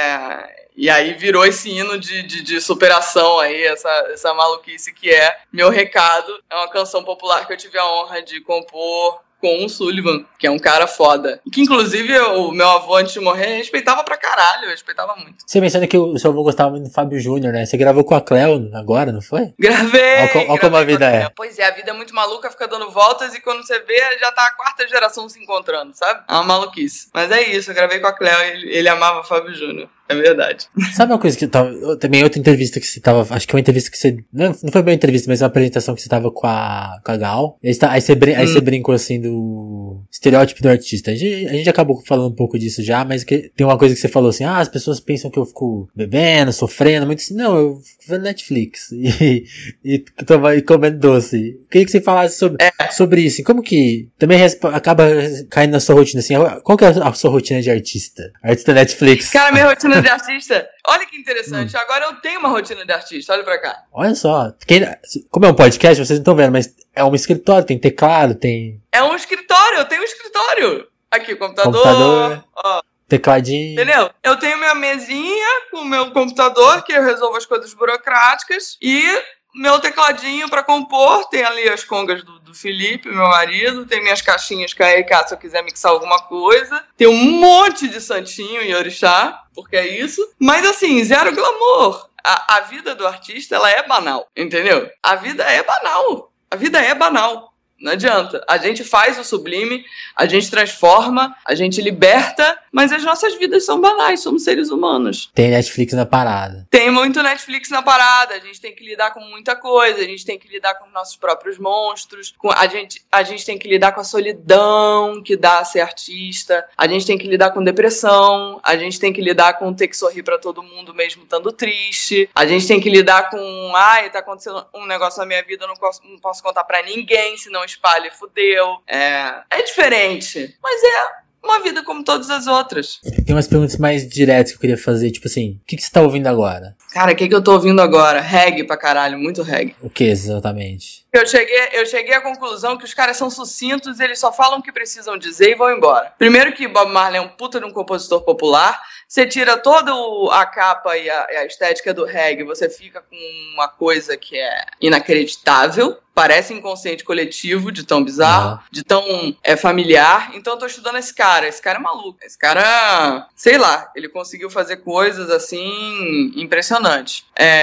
E aí virou esse hino de superação aí, essa maluquice que é Meu Recado. É uma canção popular que eu tive a honra de compor com o Sullivan, que é um cara foda. E que, inclusive, o meu avô, antes de morrer, respeitava pra caralho. Eu respeitava muito. Você menciona que o seu avô gostava muito do Fábio Júnior, né? Você gravou com a Cleo agora, não foi? Gravei! Olha como a vida é. Pois é, a vida é muito maluca, fica dando voltas e quando você vê, já tá a 4ª geração se encontrando, sabe? É uma maluquice. Mas é isso, eu gravei com a Cleo e ele amava Fábio Júnior. É verdade. Sabe uma coisa que também outra entrevista que você tava, acho que uma entrevista que você, não foi bem uma entrevista, mas uma apresentação que você tava com a Gal. Aí você brincou assim do estereótipo do artista. A gente acabou falando um pouco disso já, mas tem uma coisa que você falou assim: as pessoas pensam que eu fico bebendo, sofrendo, muito assim. Não, eu fico vendo Netflix e comendo doce. Queria que você falasse sobre isso. Como que também acaba caindo na sua rotina, assim? Qual que é a sua rotina de artista? Artista Netflix. Cara, minha rotina de artista, olha que interessante. Agora eu tenho uma rotina de artista, olha pra cá. Olha só. Como é um podcast, vocês não estão vendo, mas é um escritório, tem teclado, tem... É um escritório, eu tenho um escritório. Aqui, computador. Ó. Tecladinho. Entendeu? Eu tenho minha mesinha com o meu computador, que eu resolvo as coisas burocráticas, e meu tecladinho pra compor. Tem ali as congas do Felipe, meu marido. Tem minhas caixinhas KK, se eu quiser mixar alguma coisa. Tem um monte de santinho e orixá, porque é isso. Mas assim, zero glamour. A vida do artista, ela é banal, entendeu? A vida é banal. A vida é banal. Não adianta. A gente faz o sublime, a gente transforma, a gente liberta, mas as nossas vidas são banais, somos seres humanos. Tem Netflix na parada. Tem muito Netflix na parada, a gente tem que lidar com muita coisa, a gente tem que lidar com os nossos próprios monstros, a gente tem que lidar com a solidão que dá a ser artista, a gente tem que lidar com depressão, a gente tem que lidar com ter que sorrir pra todo mundo mesmo estando triste, a gente tem que lidar com, tá acontecendo um negócio na minha vida, eu não posso contar pra ninguém, senão espalha e fudeu. É diferente, mas é uma vida como todas as outras. Tem umas perguntas mais diretas que eu queria fazer, tipo assim, o que você tá ouvindo agora? Cara, o que eu tô ouvindo agora? Reggae pra caralho, muito reggae. O que exatamente? Eu cheguei à conclusão que os caras são sucintos, eles só falam o que precisam dizer e vão embora. Primeiro que Bob Marley é um puta de um compositor popular, você tira toda a capa e a estética do reggae, você fica com uma coisa que é inacreditável, parece inconsciente coletivo, de tão bizarro, de tão familiar. Então eu tô estudando esse cara é maluco. Esse cara, sei lá, ele conseguiu fazer coisas assim impressionantes.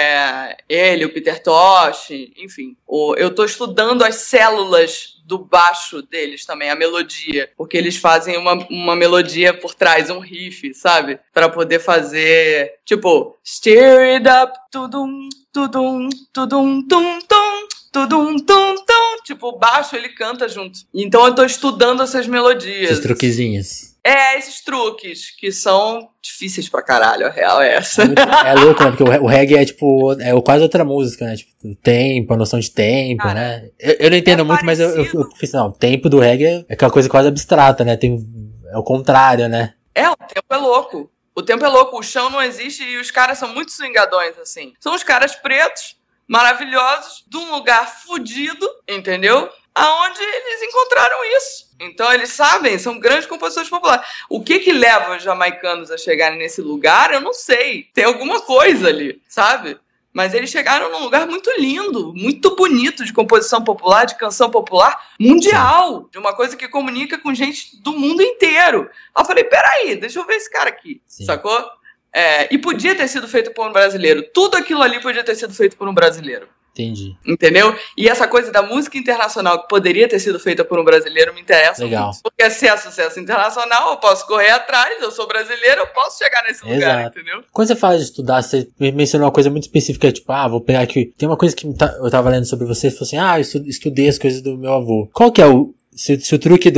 Ele, o Peter Tosh, enfim. Eu tô estudando as células do baixo deles também, a melodia, porque eles fazem uma melodia por trás, um riff, sabe? Pra poder fazer, tipo, stir it up, tudum, tudum, tudum, tum, tum. Tudum, tum, tum. Tipo, o baixo ele canta junto. Então eu tô estudando essas melodias. Esses truquezinhos. Esses truques, que são difíceis pra caralho, a real é essa. É louco, né? Porque o reggae é tipo, quase outra música, né? Tipo, tempo, a noção de tempo, cara, né? Eu não entendo muito, mas eu fiz, não, o tempo do reggae é aquela coisa quase abstrata, né? É o contrário, né? O tempo é louco. O tempo é louco, o chão não existe e os caras são muito swingadões, assim. São os caras pretos, maravilhosos, de um lugar fudido, entendeu? Aonde eles encontraram isso. Então eles sabem, são grandes compositores populares. O que leva os jamaicanos a chegarem nesse lugar, eu não sei. Tem alguma coisa ali, sabe? Mas eles chegaram num lugar muito lindo, muito bonito de composição popular, de canção popular mundial. Sim. De uma coisa que comunica com gente do mundo inteiro. Aí eu falei, peraí, deixa eu ver esse cara aqui, sacou? E podia ter sido feito por um brasileiro. Tudo aquilo ali podia ter sido feito por um brasileiro. Entendi. Entendeu? E essa coisa da música internacional que poderia ter sido feita por um brasileiro me interessa muito. Porque se é sucesso internacional, eu posso correr atrás, eu sou brasileiro, eu posso chegar nesse lugar, entendeu? Quando você fala de estudar, você mencionou uma coisa muito específica, tipo, vou pegar aqui. Tem uma coisa que eu tava lendo sobre você, você falou assim, eu estudei as coisas do meu avô. Qual que é se o truque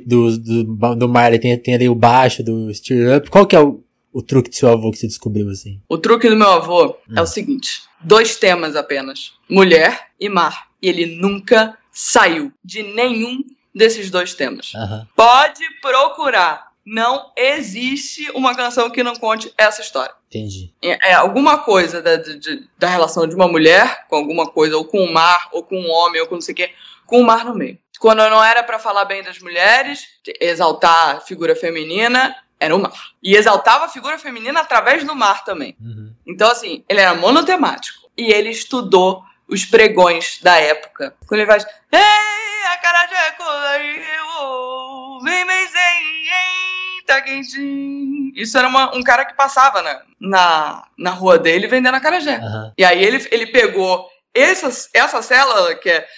do Marley tem ali o baixo, do Stir Up, qual que é o truque do seu avô que você descobriu, assim? O truque do meu avô é o seguinte, 2 temas apenas, mulher e mar. E ele nunca saiu de nenhum desses 2 temas. Pode procurar. Não existe uma canção que não conte essa história. Entendi. Alguma coisa da relação de uma mulher com alguma coisa, ou com o mar, ou com um homem, ou com não sei o quê, com o mar no meio. Quando não era pra falar bem das mulheres, exaltar a figura feminina, era o mar. E exaltava a figura feminina através do mar também. Então, assim, ele era monotemático. E ele estudou os pregões da época. Quando ele faz... Ei, acarajé coloriu, vem, tá quentinho. Isso era um cara que passava na rua dele vendendo acarajé. E aí ele pegou essa célula que é...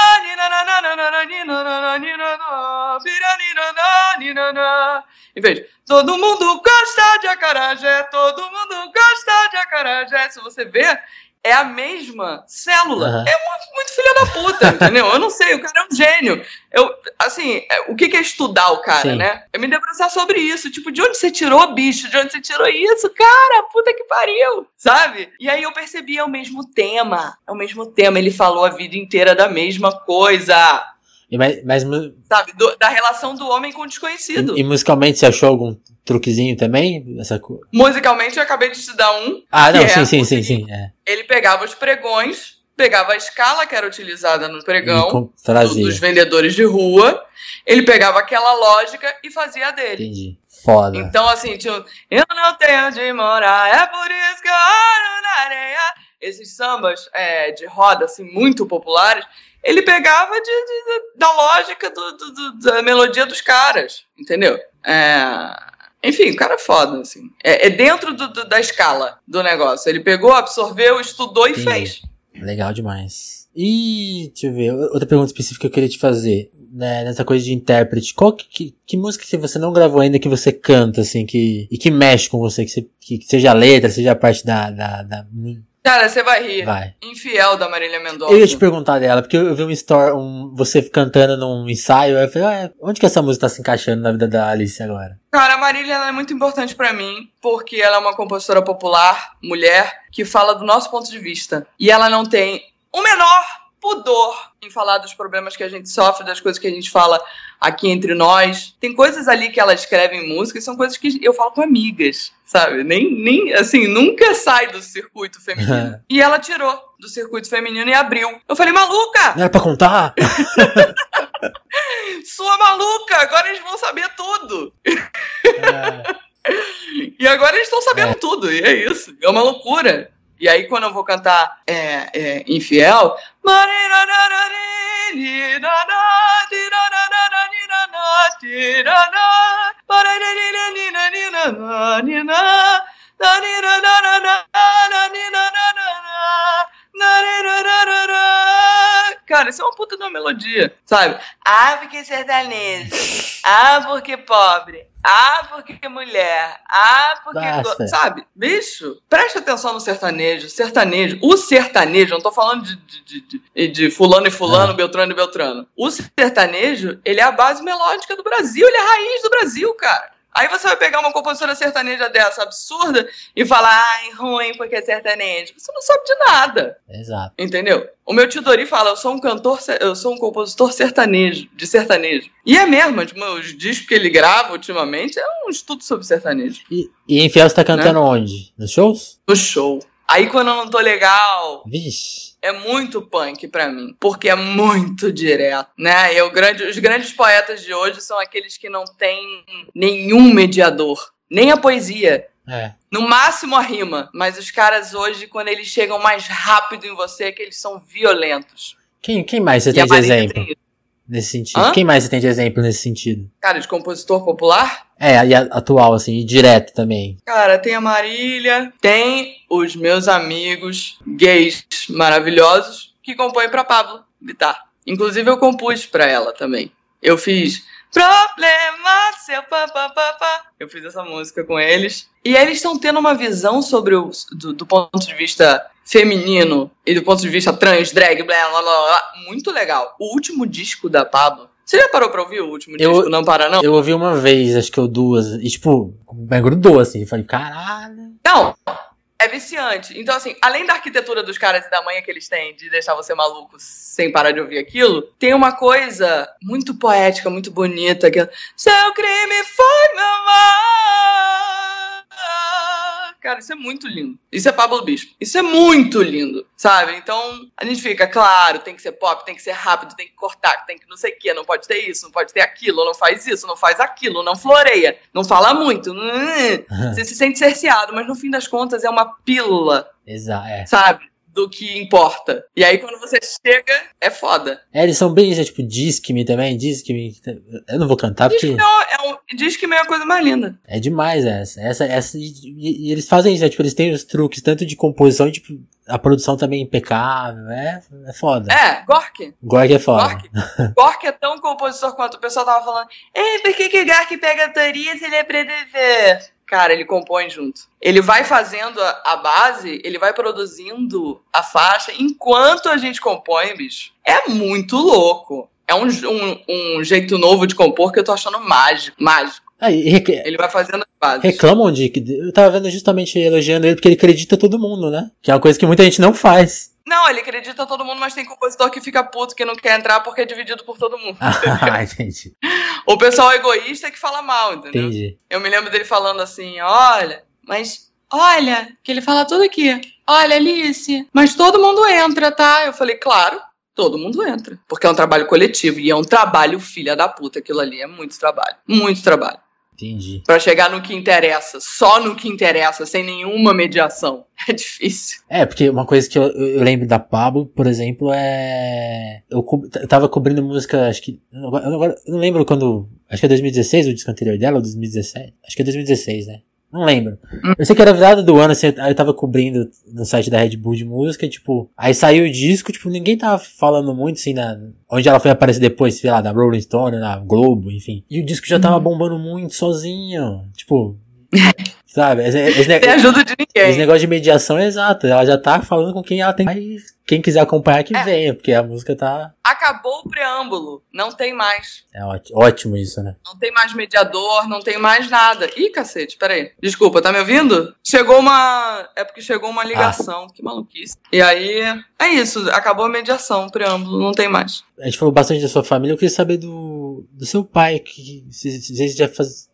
Em vez de todo mundo gosta de acarajé, todo mundo gosta de acarajé. Se você ver, é a mesma célula. É muito filha da puta, entendeu? Eu não sei, o cara é um gênio. O que é estudar o cara, Sim. né? É me debruçar sobre isso. Tipo, de onde você tirou, bicho? De onde você tirou isso? Cara, puta que pariu, sabe? E aí eu percebi, é o mesmo tema. É o mesmo tema. Ele falou a vida inteira da mesma coisa. Sabe? Da relação do homem com o desconhecido. E musicalmente você achou algum truquezinho também? Musicalmente eu acabei de te dar um. Não, sim. Ele pegava os pregões, pegava a escala que era utilizada no pregão dos vendedores de rua, ele pegava aquela lógica e fazia a dele. Entendi. Foda. Então, assim, eu não tenho onde morar, é por isso que eu oro na areia. Esses sambas de roda, assim, muito populares, ele pegava da lógica da melodia dos caras, entendeu? Enfim, o cara é foda, assim. É dentro da escala do negócio. Ele pegou, absorveu, estudou e fez. Legal demais. E, deixa eu ver, outra pergunta específica que eu queria te fazer, né, nessa coisa de intérprete. Qual que música que você não gravou ainda que você canta, assim, e que mexe com você, que seja a letra, seja a parte da... Cara, você vai rir. Infiel, da Marília Mendonça. Eu ia te perguntar dela, porque eu vi você cantando num ensaio, aí eu falei, onde que essa música tá se encaixando na vida da Alice agora? Cara, a Marília ela é muito importante pra mim, porque ela é uma compositora popular, mulher, que fala do nosso ponto de vista. E ela não tem o menor pudor em falar dos problemas que a gente sofre, das coisas que a gente fala aqui entre nós. Tem coisas ali que ela escreve em música e são coisas que eu falo com amigas, sabe? Nem assim, nunca sai do circuito feminino. E ela tirou do circuito feminino e abriu. Eu falei, maluca! Não era pra contar? Sua maluca! Agora eles vão saber tudo! E agora eles estão sabendo tudo, e é isso. É uma loucura. E aí, quando eu vou cantar Infiel... Cara, isso é uma puta de uma melodia, sabe? Ah, porque sertanejo. Ah, porque pobre. Ah, porque mulher. Ah, porque... Sabe? Bicho, presta atenção no sertanejo. O sertanejo, não tô falando de fulano e fulano, Beltrano e Beltrano. O sertanejo, ele é a base melódica do Brasil. Ele é a raiz do Brasil, cara. Aí você vai pegar uma compositora sertaneja dessa absurda e falar, ai, ruim porque é sertanejo. Você não sabe de nada. Exato. Entendeu? O meu tio Dori fala, eu sou um compositor sertanejo, de sertanejo. E é mesmo, tipo, os discos que ele grava ultimamente é um estudo sobre sertanejo. E Infiel você tá cantando onde? Nos shows? No show. Aí quando eu não tô legal... Vixe. É muito punk pra mim, porque é muito direto, né? Os grandes poetas de hoje são aqueles que não têm nenhum mediador, nem a poesia. No máximo a rima, mas os caras hoje, quando eles chegam mais rápido em você, é que eles são violentos. Quem mais você tem de exemplo nesse sentido? Quem mais você tem de exemplo nesse sentido? Cara, de compositor popular? E atual, assim, e direto também. Cara, tem a Marília, tem os meus amigos gays maravilhosos que compõem pra Pablo Vittar. Inclusive eu compus pra ela também. Eu fiz Problema seu papapá. Eu fiz essa música com eles. E eles estão tendo uma visão sobre do ponto de vista feminino e do ponto de vista trans, drag, blá, blá, blá, blá, muito legal. O último disco da Pablo, você já parou pra ouvir o último disco? Não para, não? Eu ouvi uma vez, acho que ou duas. E, tipo, me grudou, assim. Eu falei, caralho. Não, é viciante. Então, assim, além da arquitetura dos caras e da manha que eles têm de deixar você maluco sem parar de ouvir aquilo, tem uma coisa muito poética, muito bonita. Que seu crime foi meu amor. Cara, isso é muito lindo. Isso é Pablo Bispo. Isso é muito lindo, sabe? Então, a gente fica, claro, tem que ser pop, tem que ser rápido, tem que cortar, tem que não sei o quê, não pode ter isso, não pode ter aquilo, não faz isso, não faz aquilo, não floreia, não fala muito. Você se sente cerceado, mas no fim das contas é uma pílula. Exato, sabe? Do que importa. E aí, quando você chega, é foda. Eles são bem, tipo, Disque-me também, Disque-me. Eu não vou cantar porque... Disque-me é a coisa mais linda. É demais essa e eles fazem isso, tipo, eles têm os truques, tanto de composição e, tipo, a produção também é impecável, é foda. Gork. Gork é foda. Gork é tão compositor quanto o pessoal tava falando, por que o Gork pega a autoria se ele é produtor? Cara, ele compõe junto. Ele vai fazendo a base, ele vai produzindo a faixa enquanto a gente compõe, bicho. É muito louco. É um jeito novo de compor que eu tô achando mágico. Ele vai fazendo as bases. Reclamam eu tava vendo justamente elogiando ele porque ele acredita todo mundo, né? Que é uma coisa que muita gente não faz. Não, ele acredita todo mundo, mas tem compositor que fica puto, que não quer entrar porque é dividido por todo mundo. Entendi. O pessoal egoísta é que fala mal, entendeu? Entendi. Eu me lembro dele falando assim, que ele fala tudo aqui. Olha, Alice, mas todo mundo entra, tá? Eu falei, claro, todo mundo entra. Porque é um trabalho coletivo e é um trabalho filha da puta, aquilo ali é muito trabalho. Muito trabalho. Entendi. Pra chegar no que interessa, só no que interessa, sem nenhuma mediação. É difícil. Porque uma coisa que eu lembro da Pablo, por exemplo, eu tava cobrindo música, acho que... Agora, eu não lembro quando... Acho que é 2016 o disco anterior dela, ou 2017? Acho que é 2016, né? Não lembro. Eu sei que era virada do ano, assim, aí eu tava cobrindo no site da Red Bull de música, e, tipo, aí saiu o disco, tipo, ninguém tava falando muito, assim, onde ela foi aparecer depois, sei lá, da Rolling Stone, na Globo, enfim. E o disco já tava bombando muito sozinho, tipo... Sabe? Sem ajuda de ninguém. Esse negócio de mediação é exato. Ela já tá falando com quem ela tem. Aí, quem quiser acompanhar que venha, porque a música tá... Acabou o preâmbulo. Não tem mais. É ótimo isso, né? Não tem mais mediador, não tem mais nada. Ih, cacete, peraí. Desculpa, tá me ouvindo? É porque chegou uma ligação. Que maluquice. E aí, é isso. Acabou a mediação, o preâmbulo. Não tem mais. A gente falou bastante da sua família. Eu queria saber do seu pai. Que vocês já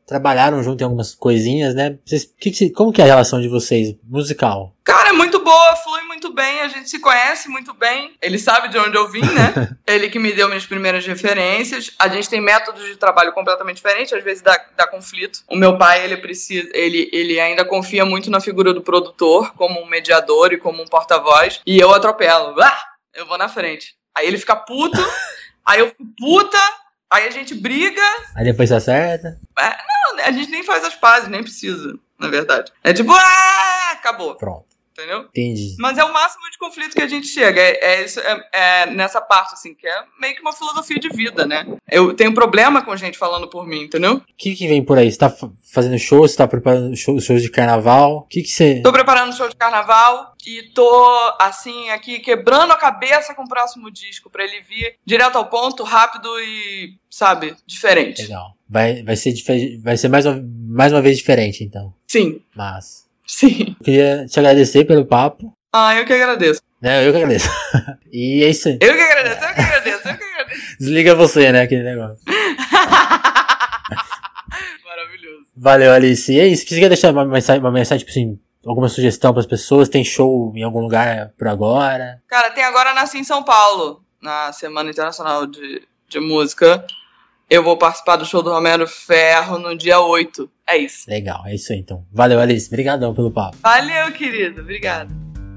trabalharam junto em algumas coisinhas, né? Como que é a relação de vocês, musical? Cara, é muito boa, flui muito bem, a gente se conhece muito bem. Ele sabe de onde eu vim, né? Ele que me deu minhas primeiras referências. A gente tem métodos de trabalho completamente diferentes, às vezes dá conflito. O meu pai, ele ainda confia muito na figura do produtor, como um mediador e como um porta-voz. E eu atropelo. Eu vou na frente. Aí ele fica puto, aí eu fico puta, aí a gente briga. Aí depois se acerta? Não, a gente nem faz as pazes, nem precisa, na verdade. É tipo, acabou. Pronto. Entendeu? Entendi. Mas é o máximo de conflito que a gente chega. É nessa parte, assim, que é meio que uma filosofia de vida, né? Eu tenho problema com gente falando por mim, entendeu? O que vem por aí? Você tá fazendo show? Você tá preparando shows de carnaval? O que você... Tô preparando show de carnaval e tô, assim, aqui quebrando a cabeça com o próximo disco pra ele vir direto ao ponto, rápido e, sabe, diferente. Legal. Vai ser mais uma vez diferente, então. Sim. Mas... Sim. Eu queria te agradecer pelo papo. Eu que agradeço. Eu que agradeço. E é isso aí. Eu que agradeço. Desliga você, né, aquele negócio. Maravilhoso. Valeu, Alice. E é isso. Se você quer deixar uma mensagem, tipo assim, alguma sugestão pras pessoas, tem show em algum lugar por agora? Cara, tem agora em São Paulo, na Semana Internacional de Música. Eu vou participar do show do Romero Ferro no dia 8. É isso. Legal, é isso aí então. Valeu, Alice. Obrigadão pelo papo. Valeu, querido. Obrigada.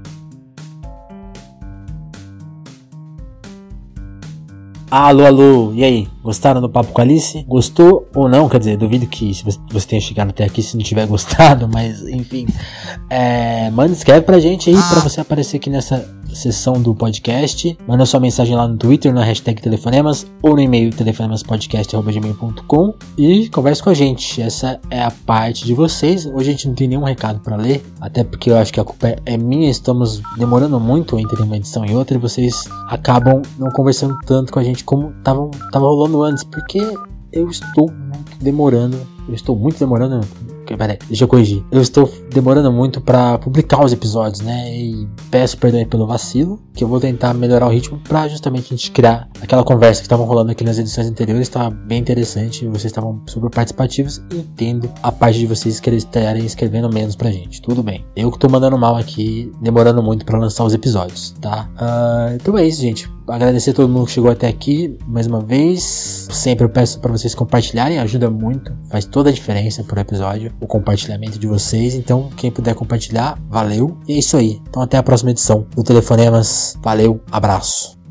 Alô. E aí? Gostaram do papo com a Alice? Gostou ou não? Quer dizer, duvido que você tenha chegado até aqui se não tiver gostado, mas enfim. Manda, escreve pra gente aí pra você aparecer aqui nessa sessão do podcast. Manda sua mensagem lá no Twitter, na hashtag Telefonemas, ou no e-mail telefonemaspodcast@gmail.com e converse com a gente. Essa é a parte de vocês. Hoje a gente não tem nenhum recado pra ler, até porque eu acho que a culpa é minha. Estamos demorando muito entre uma edição e outra e vocês acabam não conversando tanto com a gente como tava rolando antes, porque eu estou muito demorando. Peraí, deixa eu corrigir. Eu estou demorando muito pra publicar os episódios, né? E peço perdão aí pelo vacilo, que eu vou tentar melhorar o ritmo pra justamente a gente criar aquela conversa que estavam rolando aqui nas edições anteriores. Estava bem interessante, vocês estavam super participativos. Entendo a parte de vocês estarem escrevendo menos pra gente. Tudo bem. Eu que tô mandando mal aqui, demorando muito pra lançar os episódios, tá? Então é isso, gente. Agradecer a todo mundo que chegou até aqui mais uma vez. Sempre eu peço pra vocês compartilharem, ajuda muito, faz toda a diferença pro episódio, o compartilhamento de vocês. Então quem puder compartilhar, valeu. E é isso aí, então até a próxima edição do Telefonemas. Valeu, abraço.